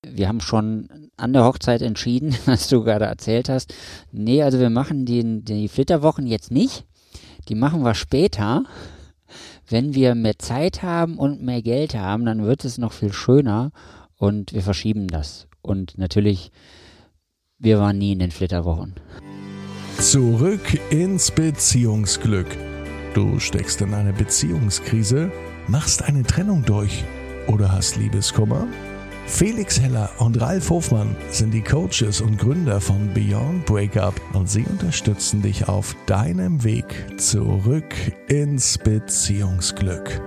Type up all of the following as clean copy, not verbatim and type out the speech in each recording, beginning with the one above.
Wir haben schon an der Hochzeit entschieden, was du gerade erzählt hast. Nee, also wir machen die Flitterwochen jetzt nicht. Die machen wir später. Wenn wir mehr Zeit haben und mehr Geld haben, dann wird es noch viel schöner und wir verschieben das. Und natürlich, wir waren nie in den Flitterwochen. Zurück ins Beziehungsglück. Du steckst in eine Beziehungskrise, machst eine Trennung durch oder hast Liebeskummer? Felix Heller und Ralf Hofmann sind die Coaches und Gründer von Beyond Breakup und sie unterstützen dich auf deinem Weg zurück ins Beziehungsglück.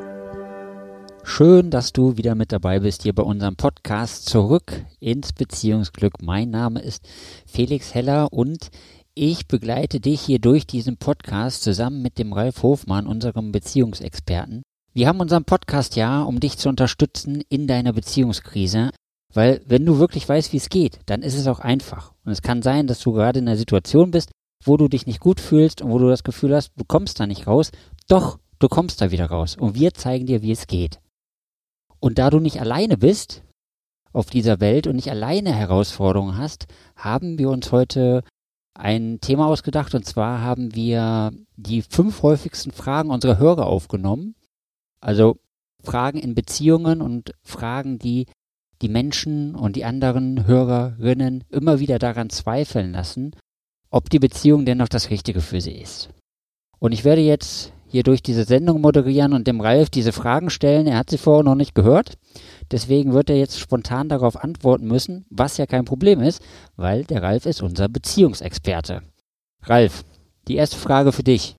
Schön, dass du wieder mit dabei bist hier bei unserem Podcast Zurück ins Beziehungsglück. Mein Name ist Felix Heller und ich begleite dich hier durch diesen Podcast zusammen mit dem Ralf Hofmann, unserem Beziehungsexperten. Wir haben unseren Podcast ja, um dich zu unterstützen in deiner Beziehungskrise, weil wenn du wirklich weißt, wie es geht, dann ist es auch einfach. Und es kann sein, dass du gerade in einer Situation bist, wo du dich nicht gut fühlst und wo du das Gefühl hast, du kommst da nicht raus. Doch, du kommst da wieder raus und wir zeigen dir, wie es geht. Und da du nicht alleine bist auf dieser Welt und nicht alleine Herausforderungen hast, haben wir uns heute ein Thema ausgedacht und zwar haben wir die 5 häufigsten Fragen unserer Hörer aufgenommen. Also Fragen in Beziehungen und Fragen, die die Menschen und die anderen Hörerinnen immer wieder daran zweifeln lassen, ob die Beziehung denn noch das Richtige für sie ist. Und ich werde jetzt hier durch diese Sendung moderieren und dem Ralf diese Fragen stellen. Er hat sie vorher noch nicht gehört. Deswegen wird er jetzt spontan darauf antworten müssen, was ja kein Problem ist, weil der Ralf ist unser Beziehungsexperte. Ralf, die erste Frage für dich.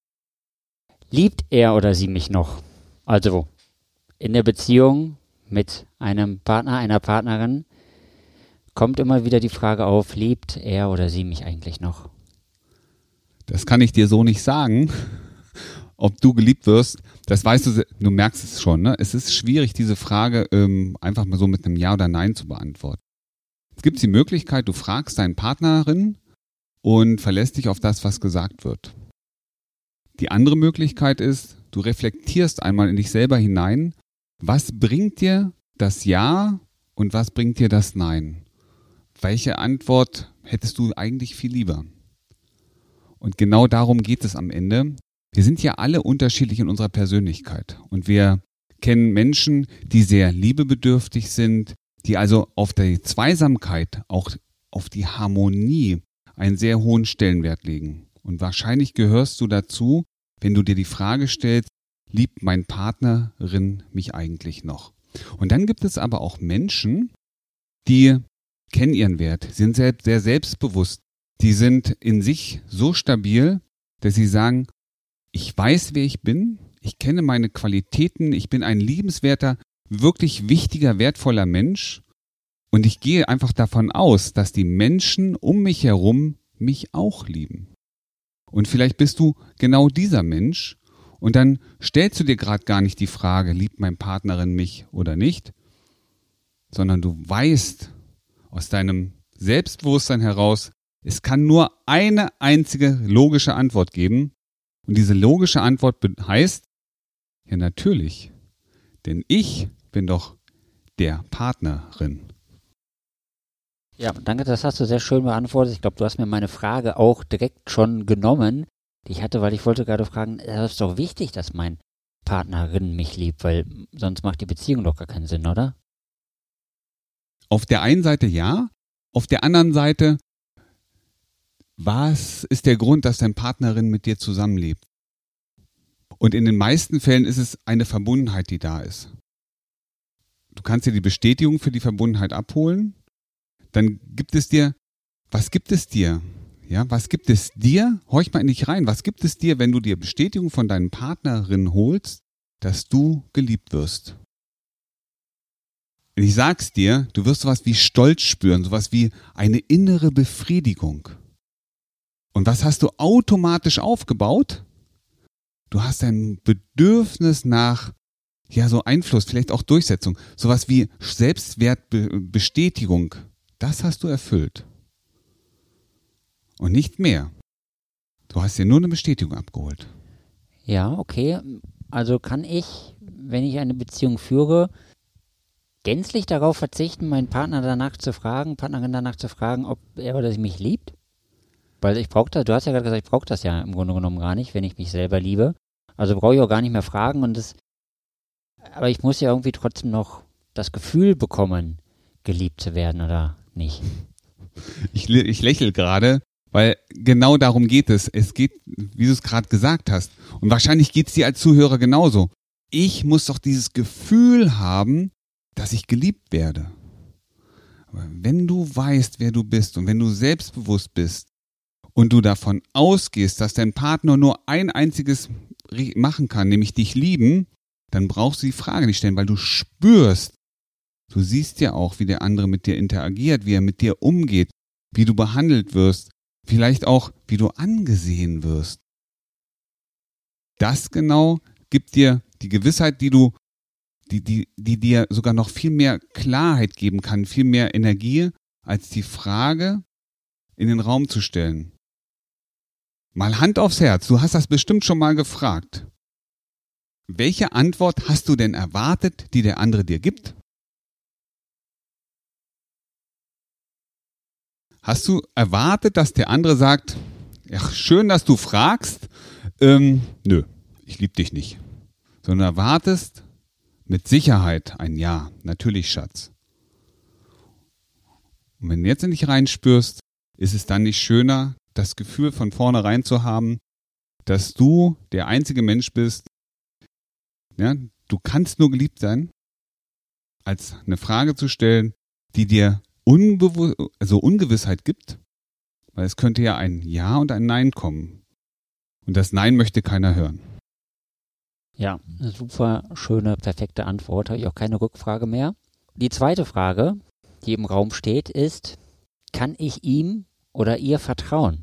Liebt er oder sie mich noch? Also, in der Beziehung mit einem Partner, einer Partnerin, kommt immer wieder die Frage auf, liebt er oder sie mich eigentlich noch? Das kann ich dir so nicht sagen, ob du geliebt wirst. Das weißt du, du merkst es schon, ne? Es ist schwierig, diese Frage einfach mal so mit einem Ja oder Nein zu beantworten. Es gibt die Möglichkeit, du fragst deine Partnerin und verlässt dich auf das, was gesagt wird. Die andere Möglichkeit ist, du reflektierst einmal in dich selber hinein, was bringt dir das Ja und was bringt dir das Nein? Welche Antwort hättest du eigentlich viel lieber? Und genau darum geht es am Ende. Wir sind ja alle unterschiedlich in unserer Persönlichkeit und wir kennen Menschen, die sehr liebebedürftig sind, die also auf die Zweisamkeit, auch auf die Harmonie einen sehr hohen Stellenwert legen. Und wahrscheinlich gehörst du dazu, wenn du dir die Frage stellst, liebt meine Partnerin mich eigentlich noch? Und dann gibt es aber auch Menschen, die kennen ihren Wert, sind sehr, sehr selbstbewusst. Die sind in sich so stabil, dass sie sagen, ich weiß, wer ich bin, ich kenne meine Qualitäten, ich bin ein liebenswerter, wirklich wichtiger, wertvoller Mensch und ich gehe einfach davon aus, dass die Menschen um mich herum mich auch lieben. Und vielleicht bist du genau dieser Mensch und dann stellst du dir gerade gar nicht die Frage, liebt meine Partnerin mich oder nicht, sondern du weißt aus deinem Selbstbewusstsein heraus, es kann nur eine einzige logische Antwort geben und diese logische Antwort heißt, ja natürlich, denn ich bin doch der Partnerin. Ja, danke, das hast du sehr schön beantwortet. Ich glaube, du hast mir meine Frage auch direkt schon genommen, die ich hatte, weil ich wollte gerade fragen, es ist doch wichtig, dass meine Partnerin mich liebt, weil sonst macht die Beziehung doch gar keinen Sinn, oder? Auf der einen Seite ja, auf der anderen Seite, was ist der Grund, dass deine Partnerin mit dir zusammenlebt? Und in den meisten Fällen ist es eine Verbundenheit, die da ist. Du kannst dir die Bestätigung für die Verbundenheit abholen. Dann gibt es dir, was gibt es dir? Ja, was gibt es dir? Horch mal in dich rein. Was gibt es dir, wenn du dir Bestätigung von deinen Partnerin holst, dass du geliebt wirst? Und ich sag's dir, du wirst sowas wie Stolz spüren, sowas wie eine innere Befriedigung. Und was hast du automatisch aufgebaut? Du hast ein Bedürfnis nach, ja, so Einfluss, vielleicht auch Durchsetzung, sowas wie Selbstwertbestätigung. Das hast du erfüllt. Und nicht mehr. Du hast dir nur eine Bestätigung abgeholt. Ja, okay. Also kann ich, wenn ich eine Beziehung führe, gänzlich darauf verzichten, meinen Partnerin danach zu fragen, ob er oder sie mich liebt? Weil ich brauche das, du hast ja gerade gesagt, ich brauche das ja im Grunde genommen gar nicht, wenn ich mich selber liebe. Also brauche ich auch gar nicht mehr fragen aber ich muss ja irgendwie trotzdem noch das Gefühl bekommen, geliebt zu werden oder nicht. Ich lächle gerade, weil genau darum geht es. Es geht, wie du es gerade gesagt hast. Und wahrscheinlich geht es dir als Zuhörer genauso. Ich muss doch dieses Gefühl haben, dass ich geliebt werde. Aber wenn du weißt, wer du bist und wenn du selbstbewusst bist und du davon ausgehst, dass dein Partner nur ein einziges machen kann, nämlich dich lieben, dann brauchst du die Frage nicht stellen, weil du spürst, du siehst ja auch, wie der andere mit dir interagiert, wie er mit dir umgeht, wie du behandelt wirst, vielleicht auch, wie du angesehen wirst. Das genau gibt dir die Gewissheit, die dir sogar noch viel mehr Klarheit geben kann, viel mehr Energie, als die Frage in den Raum zu stellen. Mal Hand aufs Herz, du hast das bestimmt schon mal gefragt. Welche Antwort hast du denn erwartet, die der andere dir gibt? Hast du erwartet, dass der andere sagt, ach, schön, dass du fragst, nö, ich liebe dich nicht. Sondern erwartest mit Sicherheit ein Ja, natürlich, Schatz. Und wenn du jetzt in dich reinspürst, ist es dann nicht schöner, das Gefühl von vornherein zu haben, dass du der einzige Mensch bist, ja, du kannst nur geliebt sein, als eine Frage zu stellen, die dir Ungewissheit gibt, weil es könnte ja ein Ja und ein Nein kommen. Und das Nein möchte keiner hören. Ja, eine super schöne, perfekte Antwort. Habe ich auch keine Rückfrage mehr. Die zweite Frage, die im Raum steht, ist, kann ich ihm oder ihr vertrauen?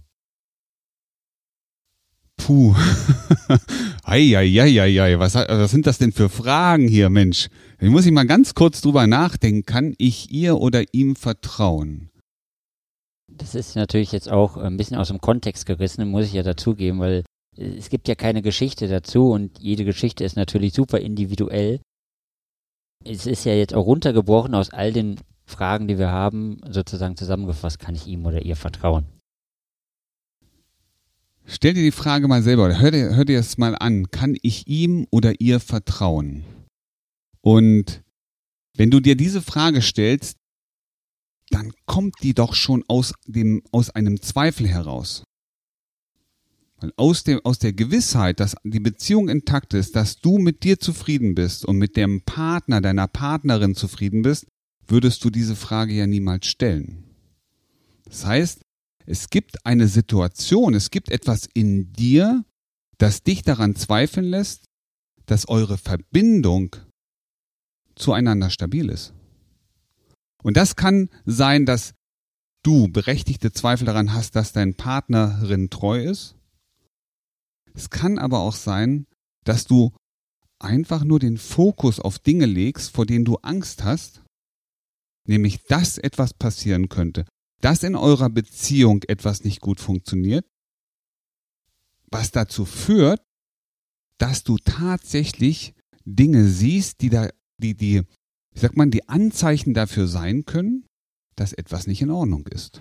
Puh. Eieieiei, was sind das denn für Fragen hier, Mensch? Da muss ich mal ganz kurz drüber nachdenken. Kann ich ihr oder ihm vertrauen? Das ist natürlich jetzt auch ein bisschen aus dem Kontext gerissen, muss ich ja dazugeben, weil es gibt ja keine Geschichte dazu und jede Geschichte ist natürlich super individuell. Es ist ja jetzt auch runtergebrochen aus all den Fragen, die wir haben, sozusagen zusammengefasst, kann ich ihm oder ihr vertrauen? Stell dir die Frage mal selber, oder hör dir das mal an. Kann ich ihm oder ihr vertrauen? Und wenn du dir diese Frage stellst, dann kommt die doch schon aus einem Zweifel heraus. Weil aus der Gewissheit, dass die Beziehung intakt ist, dass du mit dir zufrieden bist und mit dem Partner, deiner Partnerin zufrieden bist, würdest du diese Frage ja niemals stellen. Das heißt, es gibt eine Situation, es gibt etwas in dir, das dich daran zweifeln lässt, dass eure Verbindung zueinander stabil ist. Und das kann sein, dass du berechtigte Zweifel daran hast, dass deine Partnerin treu ist. Es kann aber auch sein, dass du einfach nur den Fokus auf Dinge legst, vor denen du Angst hast, nämlich dass etwas passieren könnte, dass in eurer Beziehung etwas nicht gut funktioniert, was dazu führt, dass du tatsächlich Dinge siehst, die Anzeichen dafür sein können, dass etwas nicht in Ordnung ist.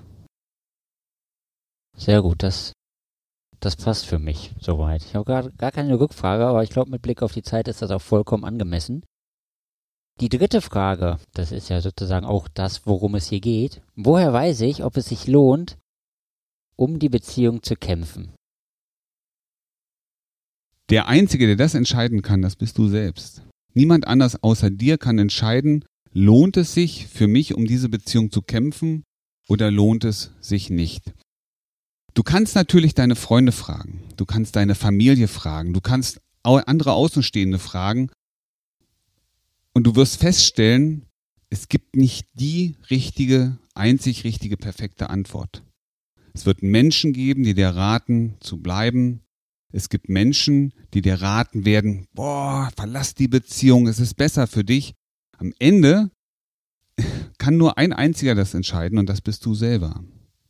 Sehr gut, das passt für mich soweit. Ich habe gar keine Rückfrage, aber ich glaube, mit Blick auf die Zeit ist das auch vollkommen angemessen. Die dritte Frage, das ist ja sozusagen auch das, worum es hier geht. Woher weiß ich, ob es sich lohnt, um die Beziehung zu kämpfen? Der Einzige, der das entscheiden kann, das bist du selbst. Niemand anders außer dir kann entscheiden, lohnt es sich für mich, um diese Beziehung zu kämpfen oder lohnt es sich nicht. Du kannst natürlich deine Freunde fragen, du kannst deine Familie fragen, du kannst andere Außenstehende fragen und du wirst feststellen, es gibt nicht die einzig richtige, perfekte Antwort. Es wird Menschen geben, die dir raten, zu bleiben. Es gibt Menschen, die dir raten werden, verlass die Beziehung, es ist besser für dich. Am Ende kann nur ein einziger das entscheiden und das bist du selber.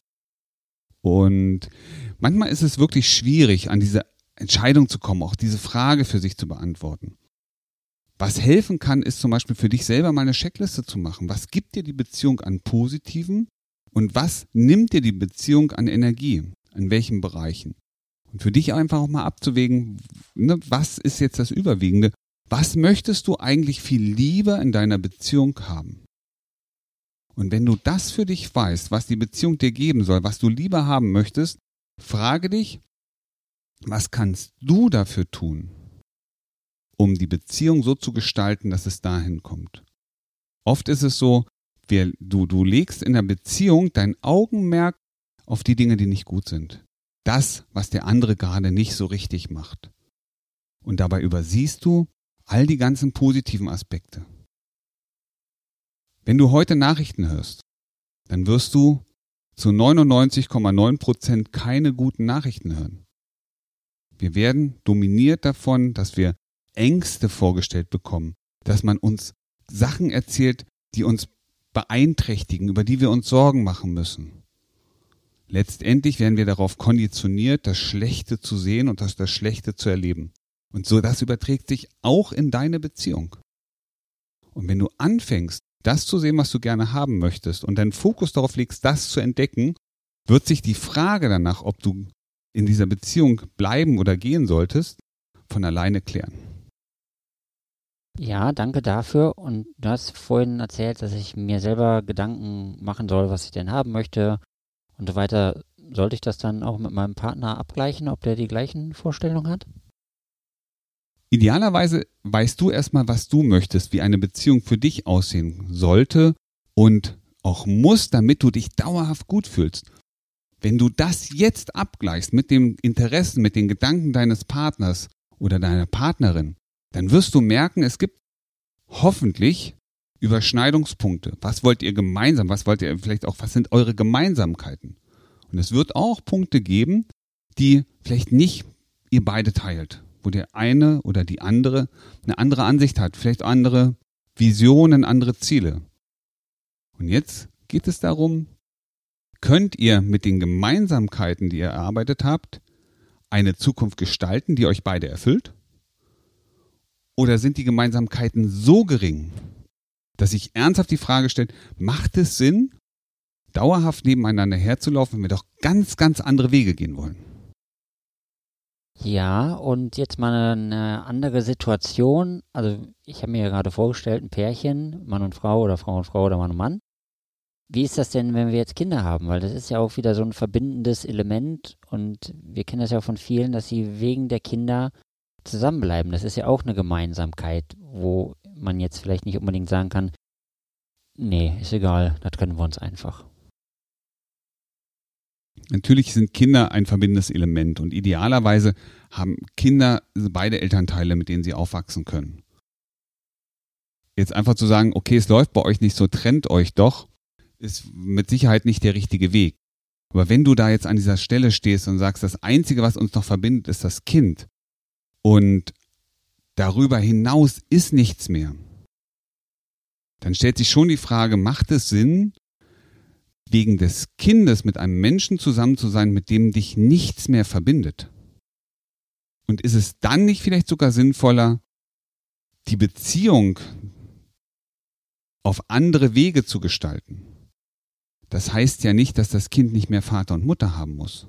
Und manchmal ist es wirklich schwierig, an diese Entscheidung zu kommen, auch diese Frage für sich zu beantworten. Was helfen kann, ist zum Beispiel für dich selber mal eine Checkliste zu machen. Was gibt dir die Beziehung an Positiven und was nimmt dir die Beziehung an Energie? In welchen Bereichen? Und für dich einfach auch mal abzuwägen, ne, was ist jetzt das Überwiegende? Was möchtest du eigentlich viel lieber in deiner Beziehung haben? Und wenn du das für dich weißt, was die Beziehung dir geben soll, was du lieber haben möchtest, frage dich, was kannst du dafür tun, um die Beziehung so zu gestalten, dass es dahin kommt? Oft ist es so, du legst in der Beziehung dein Augenmerk auf die Dinge, die nicht gut sind. Das, was der andere gerade nicht so richtig macht. Und dabei übersiehst du all die ganzen positiven Aspekte. Wenn du heute Nachrichten hörst, dann wirst du zu 99,9% keine guten Nachrichten hören. Wir werden dominiert davon, dass wir Ängste vorgestellt bekommen, dass man uns Sachen erzählt, die uns beeinträchtigen, über die wir uns Sorgen machen müssen. Letztendlich werden wir darauf konditioniert, das Schlechte zu sehen und das Schlechte zu erleben. Und so, das überträgt sich auch in deine Beziehung. Und wenn du anfängst, das zu sehen, was du gerne haben möchtest und deinen Fokus darauf legst, das zu entdecken, wird sich die Frage danach, ob du in dieser Beziehung bleiben oder gehen solltest, von alleine klären. Ja, danke dafür. Und du hast vorhin erzählt, dass ich mir selber Gedanken machen soll, was ich denn haben möchte und so weiter. Sollte ich das dann auch mit meinem Partner abgleichen, ob der die gleichen Vorstellungen hat? Idealerweise weißt du erstmal, was du möchtest, wie eine Beziehung für dich aussehen sollte und auch muss, damit du dich dauerhaft gut fühlst. Wenn du das jetzt abgleichst mit den Interessen, mit den Gedanken deines Partners oder deiner Partnerin, dann wirst du merken, es gibt hoffentlich Überschneidungspunkte. Was wollt ihr gemeinsam? Was wollt ihr vielleicht auch, was sind eure Gemeinsamkeiten? Und es wird auch Punkte geben, die vielleicht nicht ihr beide teilt, wo der eine oder die andere eine andere Ansicht hat, vielleicht andere Visionen, andere Ziele. Und jetzt geht es darum, könnt ihr mit den Gemeinsamkeiten, die ihr erarbeitet habt, eine Zukunft gestalten, die euch beide erfüllt? Oder sind die Gemeinsamkeiten so gering, dass sich ernsthaft die Frage stellt, macht es Sinn, dauerhaft nebeneinander herzulaufen, wenn wir doch ganz, ganz andere Wege gehen wollen? Ja, und jetzt mal eine andere Situation. Also ich habe mir ja gerade vorgestellt, ein Pärchen, Mann und Frau oder Frau und Frau oder Mann und Mann. Wie ist das denn, wenn wir jetzt Kinder haben? Weil das ist ja auch wieder so ein verbindendes Element und wir kennen das ja auch von vielen, dass sie wegen der Kinder zusammenbleiben. Das ist ja auch eine Gemeinsamkeit, wo man jetzt vielleicht nicht unbedingt sagen kann, nee, ist egal, das können wir uns einfach. Natürlich sind Kinder ein verbindendes Element und idealerweise haben Kinder beide Elternteile, mit denen sie aufwachsen können. Jetzt einfach zu sagen, okay, es läuft bei euch nicht so, trennt euch doch, ist mit Sicherheit nicht der richtige Weg. Aber wenn du da jetzt an dieser Stelle stehst und sagst, das Einzige, was uns noch verbindet, ist das Kind und darüber hinaus ist nichts mehr, dann stellt sich schon die Frage, macht es Sinn, wegen des Kindes mit einem Menschen zusammen zu sein, mit dem dich nichts mehr verbindet? Und ist es dann nicht vielleicht sogar sinnvoller, die Beziehung auf andere Wege zu gestalten? Das heißt ja nicht, dass das Kind nicht mehr Vater und Mutter haben muss.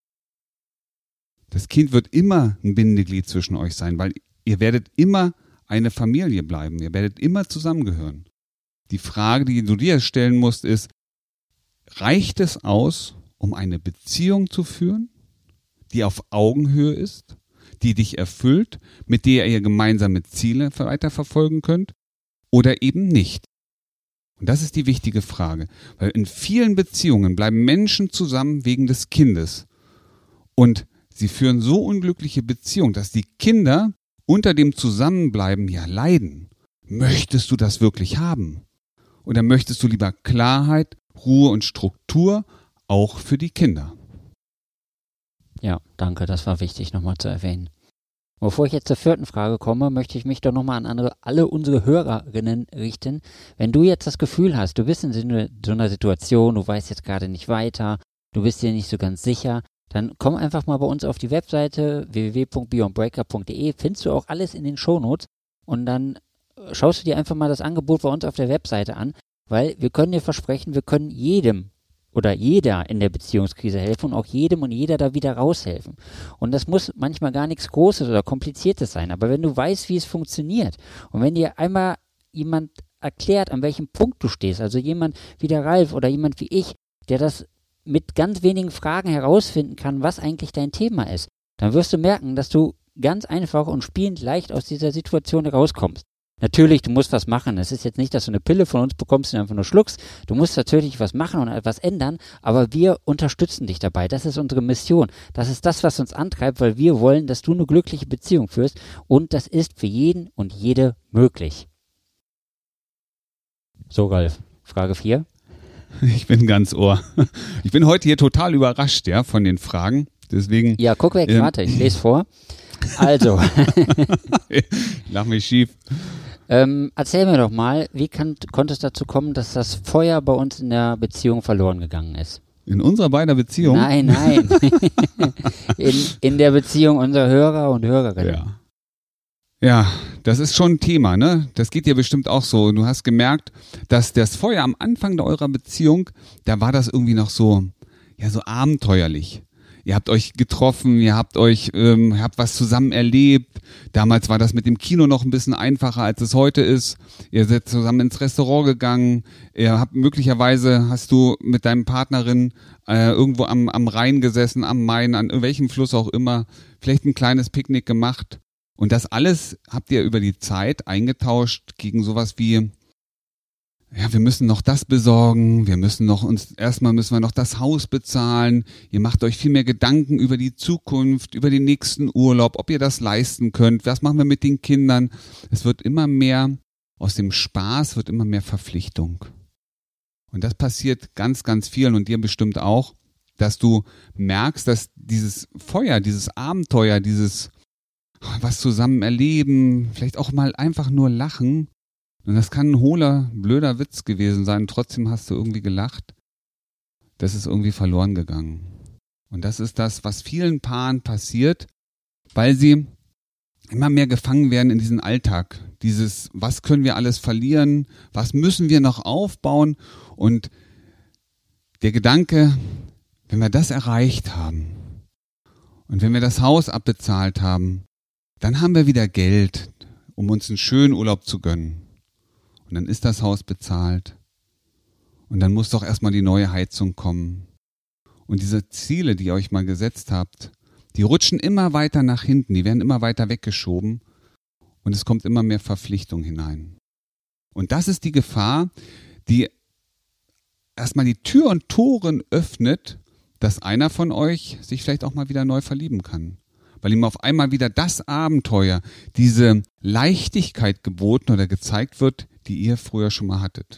Das Kind wird immer ein Bindeglied zwischen euch sein, weil ihr werdet immer eine Familie bleiben, ihr werdet immer zusammengehören. Die Frage, die du dir stellen musst, ist, reicht es aus, um eine Beziehung zu führen, die auf Augenhöhe ist, die dich erfüllt, mit der ihr gemeinsame Ziele weiterverfolgen könnt, oder eben nicht? Und das ist die wichtige Frage, weil in vielen Beziehungen bleiben Menschen zusammen wegen des Kindes und sie führen so unglückliche Beziehungen, dass die Kinder unter dem Zusammenbleiben ja leiden. Möchtest du das wirklich haben? Oder möchtest du lieber Klarheit, Ruhe und Struktur auch für die Kinder? Ja, danke, das war wichtig nochmal zu erwähnen. Bevor ich jetzt zur 4. Frage komme, möchte ich mich doch nochmal an alle unsere Hörerinnen richten. Wenn du jetzt das Gefühl hast, du bist in so einer Situation, du weißt jetzt gerade nicht weiter, du bist dir nicht so ganz sicher, dann komm einfach mal bei uns auf die Webseite www.beyondbreaker.de, findest du auch alles in den Shownotes und dann schaust du dir einfach mal das Angebot bei uns auf der Webseite an, weil wir können dir versprechen, wir können jedem oder jeder in der Beziehungskrise helfen und auch jedem und jeder da wieder raushelfen. Und das muss manchmal gar nichts Großes oder Kompliziertes sein, aber wenn du weißt, wie es funktioniert und wenn dir einmal jemand erklärt, an welchem Punkt du stehst, also jemand wie der Ralf oder jemand wie ich, der das mit ganz wenigen Fragen herausfinden kann, was eigentlich dein Thema ist, dann wirst du merken, dass du ganz einfach und spielend leicht aus dieser Situation herauskommst. Natürlich, du musst was machen. Es ist jetzt nicht, dass du eine Pille von uns bekommst und einfach nur schluckst. Du musst natürlich was machen und etwas ändern, aber wir unterstützen dich dabei. Das ist unsere Mission. Das ist das, was uns antreibt, weil wir wollen, dass du eine glückliche Beziehung führst und das ist für jeden und jede möglich. So, Ralf, Frage 4. Ich bin ganz Ohr. Ich bin heute hier total überrascht, ja, von den Fragen. Deswegen. Ja, guck weg, warte, ich lese vor. Also. Lach mich schief. Erzähl mir doch mal, wie konnte es dazu kommen, dass das Feuer bei uns in der Beziehung verloren gegangen ist? In unserer beider Beziehung? Nein. in der Beziehung unserer Hörer und Hörerinnen. Ja, das ist schon ein Thema, ne? Das geht dir bestimmt auch so. Du hast gemerkt, dass das Feuer am Anfang eurer Beziehung, da war das irgendwie noch so, ja, so abenteuerlich. Ihr habt euch getroffen, ihr habt habt was zusammen erlebt. Damals war das mit dem Kino noch ein bisschen einfacher, als es heute ist. Ihr seid zusammen ins Restaurant gegangen. Möglicherweise hast du mit deinem Partnerin irgendwo am Rhein gesessen, am Main, an welchem Fluss auch immer, vielleicht ein kleines Picknick gemacht. Und das alles habt ihr über die Zeit eingetauscht gegen sowas wie, ja, wir müssen noch das besorgen, müssen wir noch das Haus bezahlen, ihr macht euch viel mehr Gedanken über die Zukunft, über den nächsten Urlaub, ob ihr das leisten könnt, was machen wir mit den Kindern. Es wird immer mehr, aus dem Spaß wird immer mehr Verpflichtung. Und das passiert ganz, ganz vielen und dir bestimmt auch, dass du merkst, dass dieses Feuer, dieses Abenteuer, dieses was zusammen erleben, vielleicht auch mal einfach nur lachen, und das kann ein hohler, blöder Witz gewesen sein, trotzdem hast du irgendwie gelacht. Das ist irgendwie verloren gegangen. Und das ist das, was vielen Paaren passiert, weil sie immer mehr gefangen werden in diesen Alltag. Dieses, was können wir alles verlieren, was müssen wir noch aufbauen? Und der Gedanke, wenn wir das erreicht haben und wenn wir das Haus abbezahlt haben, dann haben wir wieder Geld, um uns einen schönen Urlaub zu gönnen. Und dann ist das Haus bezahlt. Und dann muss doch erstmal die neue Heizung kommen. Und diese Ziele, die ihr euch mal gesetzt habt, die rutschen immer weiter nach hinten, die werden immer weiter weggeschoben. Und es kommt immer mehr Verpflichtung hinein. Und das ist die Gefahr, die erstmal die Tür und Toren öffnet, dass einer von euch sich vielleicht auch mal wieder neu verlieben kann. Weil ihm auf einmal wieder das Abenteuer, diese Leichtigkeit geboten oder gezeigt wird, die ihr früher schon mal hattet.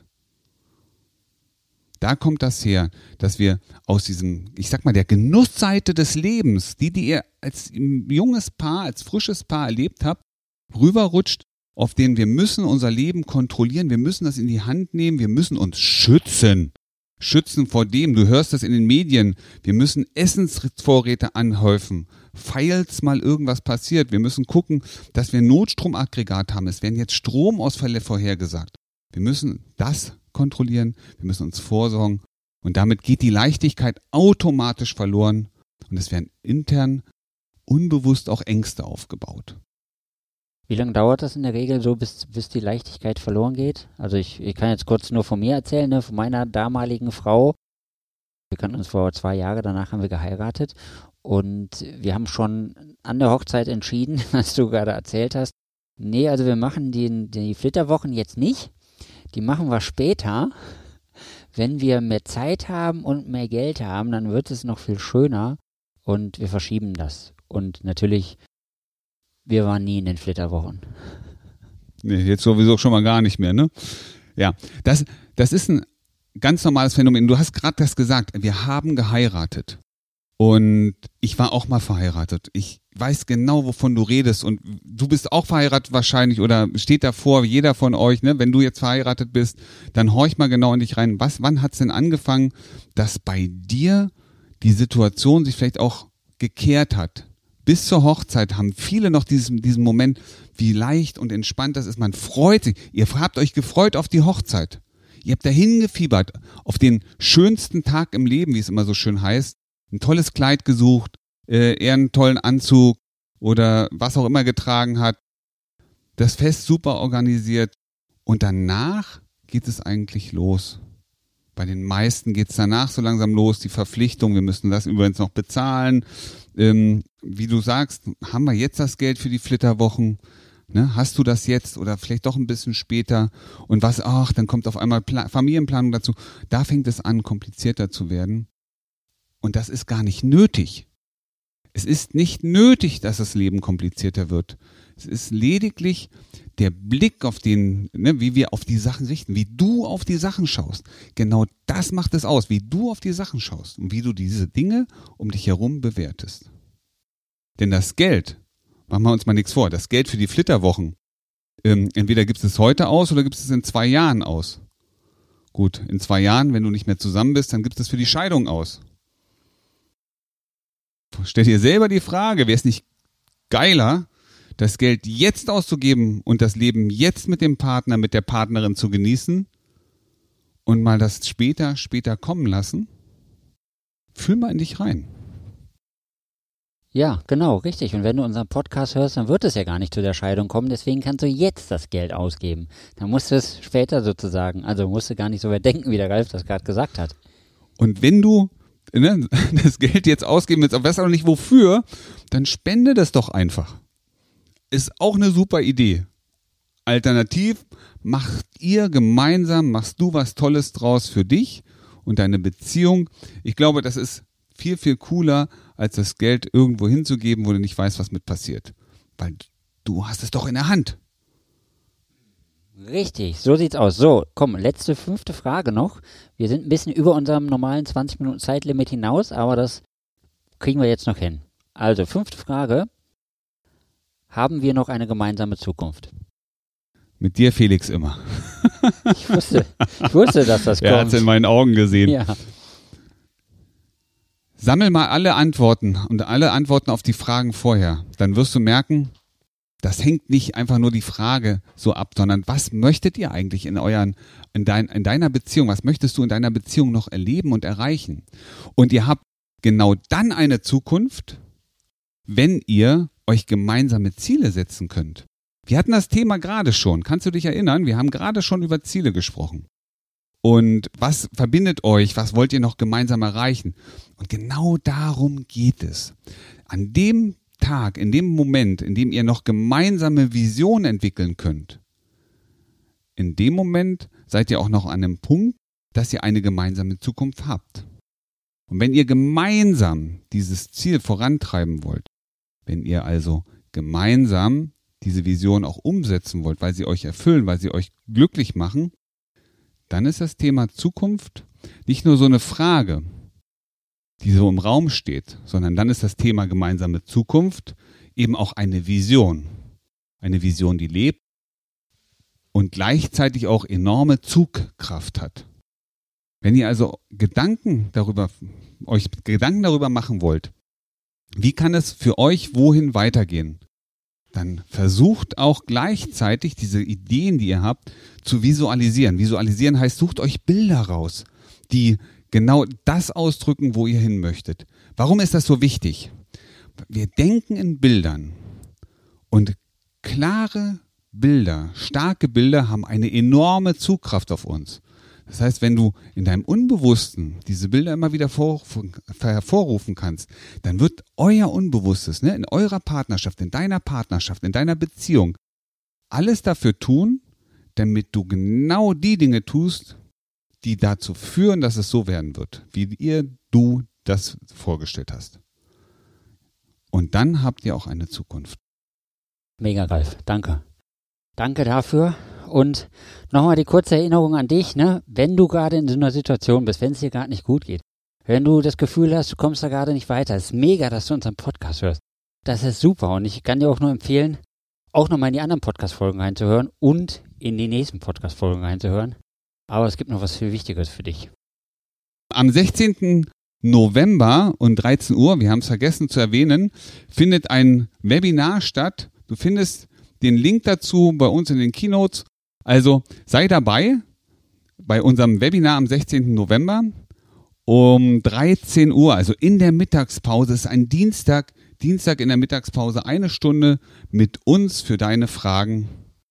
Da kommt das her, dass wir aus diesem, ich sag mal, der Genussseite des Lebens, die ihr als junges Paar, als frisches Paar erlebt habt, rüberrutscht, auf den wir müssen unser Leben kontrollieren, wir müssen das in die Hand nehmen, wir müssen uns schützen. Schützen vor dem, du hörst das in den Medien, wir müssen Essensvorräte anhäufen, falls mal irgendwas passiert. Wir müssen gucken, dass wir ein Notstromaggregat haben. Es werden jetzt Stromausfälle vorhergesagt. Wir müssen das kontrollieren, wir müssen uns vorsorgen und damit geht die Leichtigkeit automatisch verloren und es werden intern unbewusst auch Ängste aufgebaut. Wie lange dauert das in der Regel so, bis die Leichtigkeit verloren geht? Also ich kann jetzt kurz nur von mir erzählen, ne, von meiner damaligen Frau. Wir kannten uns vor 2 Jahren, danach haben wir geheiratet und wir haben schon an der Hochzeit entschieden, was du gerade erzählt hast. Nee, also wir machen die Flitterwochen jetzt nicht. Die machen wir später. Wenn wir mehr Zeit haben und mehr Geld haben, dann wird es noch viel schöner und wir verschieben das. Und natürlich, wir waren nie in den Flitterwochen. Nee, jetzt sowieso schon mal gar nicht mehr, ne? Ja, das ist ein ganz normales Phänomen. Du hast gerade das gesagt, wir haben geheiratet. Und ich war auch mal verheiratet. Ich weiß genau, wovon du redest. Und du bist auch verheiratet wahrscheinlich oder steht davor, jeder von euch, ne? Wenn du jetzt verheiratet bist, dann horch mal genau in dich rein. Wann hat's denn angefangen, dass bei dir die Situation sich vielleicht auch gekehrt hat? Bis zur Hochzeit haben viele noch diesen Moment, wie leicht und entspannt das ist. Man freut sich. Ihr habt euch gefreut auf die Hochzeit. Ihr habt dahin gefiebert, auf den schönsten Tag im Leben, wie es immer so schön heißt. Ein tolles Kleid gesucht, eher einen tollen Anzug oder was auch immer getragen hat. Das Fest super organisiert. Und danach geht es eigentlich los. Bei den meisten geht es danach so langsam los, die Verpflichtung, wir müssen das übrigens noch bezahlen. Wie du sagst, haben wir jetzt das Geld für die Flitterwochen? Ne? Hast du das jetzt oder vielleicht doch ein bisschen später? Und dann kommt auf einmal Familienplanung dazu. Da fängt es an, komplizierter zu werden. Und das ist gar nicht nötig. Es ist nicht nötig, dass das Leben komplizierter wird. Es ist lediglich der Blick auf wie wir auf die Sachen richten, wie du auf die Sachen schaust. Genau das macht es aus, wie du auf die Sachen schaust und wie du diese Dinge um dich herum bewertest. Denn das Geld, machen wir uns mal nichts vor, das Geld für die Flitterwochen, entweder gibst es heute aus oder gibst es in 2 Jahren aus. Gut, in 2 Jahren, wenn du nicht mehr zusammen bist, dann gibst es für die Scheidung aus. Stell dir selber die Frage, wäre es nicht geiler, das Geld jetzt auszugeben und das Leben jetzt mit dem Partner, mit der Partnerin zu genießen und mal das später kommen lassen? Fühl mal in dich rein. Ja, genau, richtig. Und wenn du unseren Podcast hörst, dann wird es ja gar nicht zu der Scheidung kommen. Deswegen kannst du jetzt das Geld ausgeben. Dann musst du es später sozusagen, also musst du gar nicht so weit denken, wie der Ralf das gerade gesagt hat. Und wenn du das Geld jetzt ausgeben willst, aber weißt auch nicht wofür, dann spende das doch einfach. Ist auch eine super Idee. Alternativ machst du was Tolles draus für dich und deine Beziehung. Ich glaube, das ist viel, viel cooler, als das Geld irgendwo hinzugeben, wo du nicht weißt, was mit passiert. Weil du hast es doch in der Hand. Richtig, so sieht's aus. So, komm, letzte 5. Frage noch. Wir sind ein bisschen über unserem normalen 20 Minuten Zeitlimit hinaus, aber das kriegen wir jetzt noch hin. Also, 5. Frage. Haben wir noch eine gemeinsame Zukunft? Mit dir, Felix, immer. Ich wusste, dass das kommt. Er hat es in meinen Augen gesehen. Ja. Sammel mal alle Antworten und alle Antworten auf die Fragen vorher. Dann wirst du merken, das hängt nicht einfach nur die Frage so ab, sondern was möchtet ihr eigentlich in deiner Beziehung? Was möchtest du in deiner Beziehung noch erleben und erreichen? Und ihr habt genau dann eine Zukunft, wenn ihr euch gemeinsame Ziele setzen könnt. Wir hatten das Thema gerade schon. Kannst du dich erinnern? Wir haben gerade schon über Ziele gesprochen. Und was verbindet euch? Was wollt ihr noch gemeinsam erreichen? Und genau darum geht es. An dem Tag, in dem Moment, in dem ihr noch gemeinsame Visionen entwickeln könnt, in dem Moment seid ihr auch noch an einem Punkt, dass ihr eine gemeinsame Zukunft habt. Und wenn ihr gemeinsam dieses Ziel vorantreiben wollt, wenn ihr also gemeinsam diese Vision auch umsetzen wollt, weil sie euch erfüllen, weil sie euch glücklich machen, dann ist das Thema Zukunft nicht nur so eine Frage, die so im Raum steht, sondern dann ist das Thema gemeinsame Zukunft eben auch eine Vision. Eine Vision, die lebt und gleichzeitig auch enorme Zugkraft hat. Wenn ihr also euch Gedanken darüber machen wollt, wie kann es für euch wohin weitergehen, dann versucht auch gleichzeitig diese Ideen, die ihr habt, zu visualisieren. Visualisieren heißt, sucht euch Bilder raus, die genau das ausdrücken, wo ihr hin möchtet. Warum ist das so wichtig? Wir denken in Bildern und klare Bilder, starke Bilder haben eine enorme Zugkraft auf uns. Das heißt, wenn du in deinem Unbewussten diese Bilder immer wieder hervorrufen kannst, dann wird euer Unbewusstes, in eurer Partnerschaft, in deiner Beziehung, alles dafür tun, damit du genau die Dinge tust, die dazu führen, dass es so werden wird, wie du das vorgestellt hast. Und dann habt ihr auch eine Zukunft. Mega, Ralf. Danke. Danke dafür. Und nochmal die kurze Erinnerung an dich, wenn du gerade in so einer Situation bist, wenn es dir gerade nicht gut geht, wenn du das Gefühl hast, du kommst da gerade nicht weiter, ist mega, dass du unseren Podcast hörst. Das ist super und ich kann dir auch nur empfehlen, auch nochmal in die anderen Podcast-Folgen reinzuhören und in die nächsten Podcast-Folgen reinzuhören. Aber es gibt noch was viel Wichtiges für dich. Am 16. November um 13 Uhr, wir haben es vergessen zu erwähnen, findet ein Webinar statt. Du findest den Link dazu bei uns in den Keynotes. Also sei dabei bei unserem Webinar am 16. November um 13 Uhr, also in der Mittagspause. Es ist ein Dienstag in der Mittagspause, 1 Stunde mit uns für deine Fragen.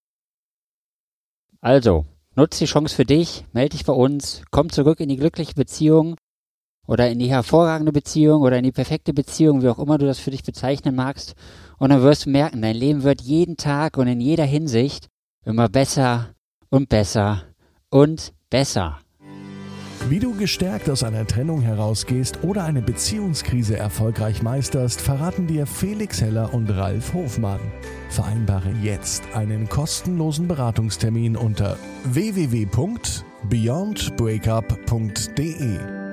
Also, nutz die Chance für dich, melde dich bei uns, komm zurück in die glückliche Beziehung oder in die hervorragende Beziehung oder in die perfekte Beziehung, wie auch immer du das für dich bezeichnen magst. Und dann wirst du merken, dein Leben wird jeden Tag und in jeder Hinsicht immer besser und besser und besser. Wie du gestärkt aus einer Trennung herausgehst oder eine Beziehungskrise erfolgreich meisterst, verraten dir Felix Heller und Ralf Hofmann. Vereinbare jetzt einen kostenlosen Beratungstermin unter www.beyondbreakup.de.